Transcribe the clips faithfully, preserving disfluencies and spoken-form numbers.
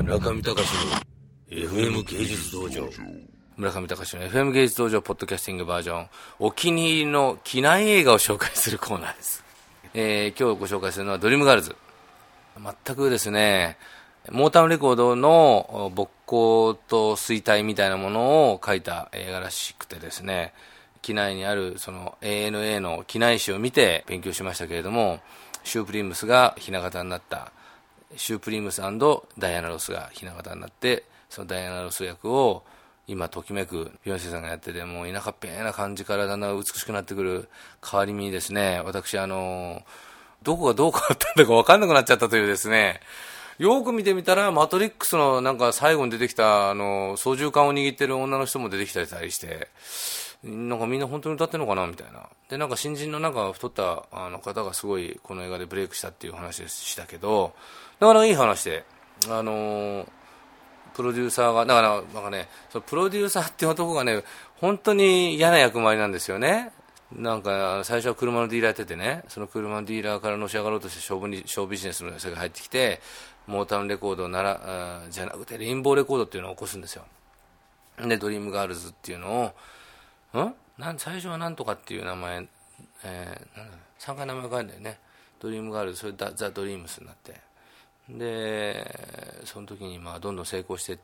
村上隆の エフエム 芸術道場。村上隆の エフエム 芸術道場ポッドキャスティングバージョン、お気に入りの機内映画を紹介するコーナーです。えー、今日ご紹介するのはドリームガールズ。全くですね、モータウンレコードの勃興と衰退みたいなものを描いた映画らしくてですね、機内にあるその エーエヌエー の機内誌を見て勉強しましたけれども、シュープリームスがひな形になった、シュープリームス&ダイアナ・ロスがひな形になって、そのダイアナ・ロス役を今ときめくビヨンセさんがやってて、もう田舎っぺーな感じからだんだん美しくなってくる代わりにですね、私あのどこがどう変わったんだか分かんなくなっちゃったというですね、よく見てみたらマトリックスのなんか最後に出てきたあの操縦桿を握ってる女の人も出てきたりして、なんかみんな本当に歌ってるのかなみたいな。でなんか新人のなんか太ったあの方がすごいこの映画でブレイクしたっていう話でしたけど、なかなかいい話で、あのー、プロデューサーがだからなんかね、そのプロデューサーっていう男がね本当に嫌な役回りなんですよね。なんか最初は車のディーラーやっててね、その車のディーラーからのし上がろうとしてショーブにショービジネスの人が入ってきて、モータウンレコードならじゃなくてレインボーレコードっていうのを起こすんですよ。でドリームガールズっていうのをんなん最初はなんとかっていう名前、えー、なんださんかい名前変えるんだよね。ドリームガールズ、それザ・ザ・ドリームスになって、でその時にまあどんどん成功していって、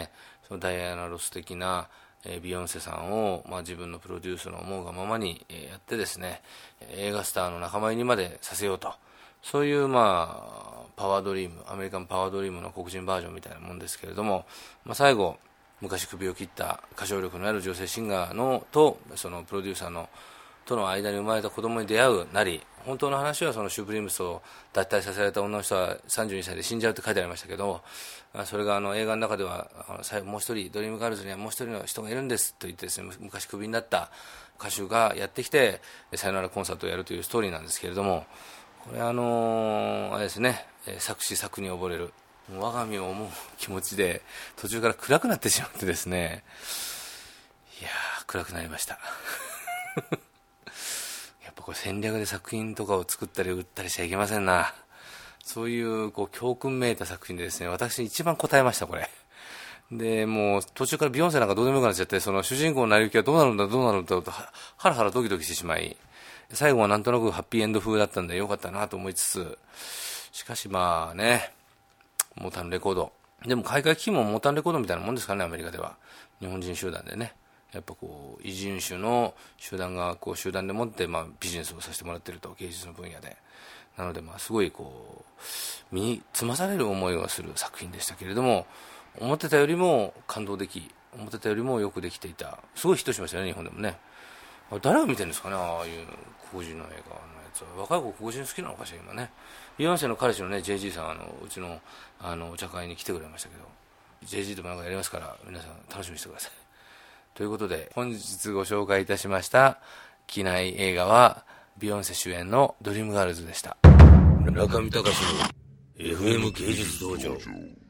そのダイアナ・ロス的なビヨンセさんを、まあ、自分のプロデュースの思うがままにやってですね、映画スターの仲間入りまでさせようと、そういう、まあ、パワードリーム、アメリカンパワードリームの黒人バージョンみたいなもんですけれども、まあ、最後昔首を切った歌唱力のある女性シンガーのとそのプロデューサーのとの間に生まれた子供に出会うなり、本当の話はそのシュープリームスを脱退させられた女の人はさんじゅうにさいで死んじゃうって書いてありましたけど、それがあの映画の中ではもう一人ドリームガールズにはもう一人の人がいるんですと言ってですね、昔クビになった歌手がやってきてさよならコンサートをやるというストーリーなんですけれども、これあのあれですね、作詞作に溺れる我が身を思う気持ちで途中から暗くなってしまってですね、いやー暗くなりましたやっぱこれ戦略で作品とかを作ったり売ったりしちゃいけませんな。そういう、こう教訓めいた作品でですね、私一番答えましたこれで。もう途中からビヨンセなんかどうでもよくなっちゃって、その主人公の成り行きはどうなるんだどうなるんだとハラハラドキドキしてしまい、最後はなんとなくハッピーエンド風だったんでよかったなと思いつつ、しかしまあね、モータウンレコードでも海外機器もモータウンレコードみたいなもんですからね、アメリカでは。日本人集団でね、やっぱこう異人種の集団がこう集団でもって、まあ、ビジネスをさせてもらっていると、芸術の分野で。なのでまあすごいこう身につまされる思いがする作品でしたけれども、思ってたよりも感動でき、思ってたよりもよくできていた。すごいヒットしましたね、日本でもね。誰が見てるんですかね、ああいう黒人の映画のやつは。若い子黒人好きなのかしら今ね。ビヨンセの彼氏のね ジェイジー さん、あのうちのあのお茶会に来てくれましたけど、 ジェイジー ともなんかやりますから皆さん楽しみにしてください。ということで本日ご紹介いたしました機内映画はビヨンセ主演のドリームガールズでした。 村上隆の エフエム 芸術道場。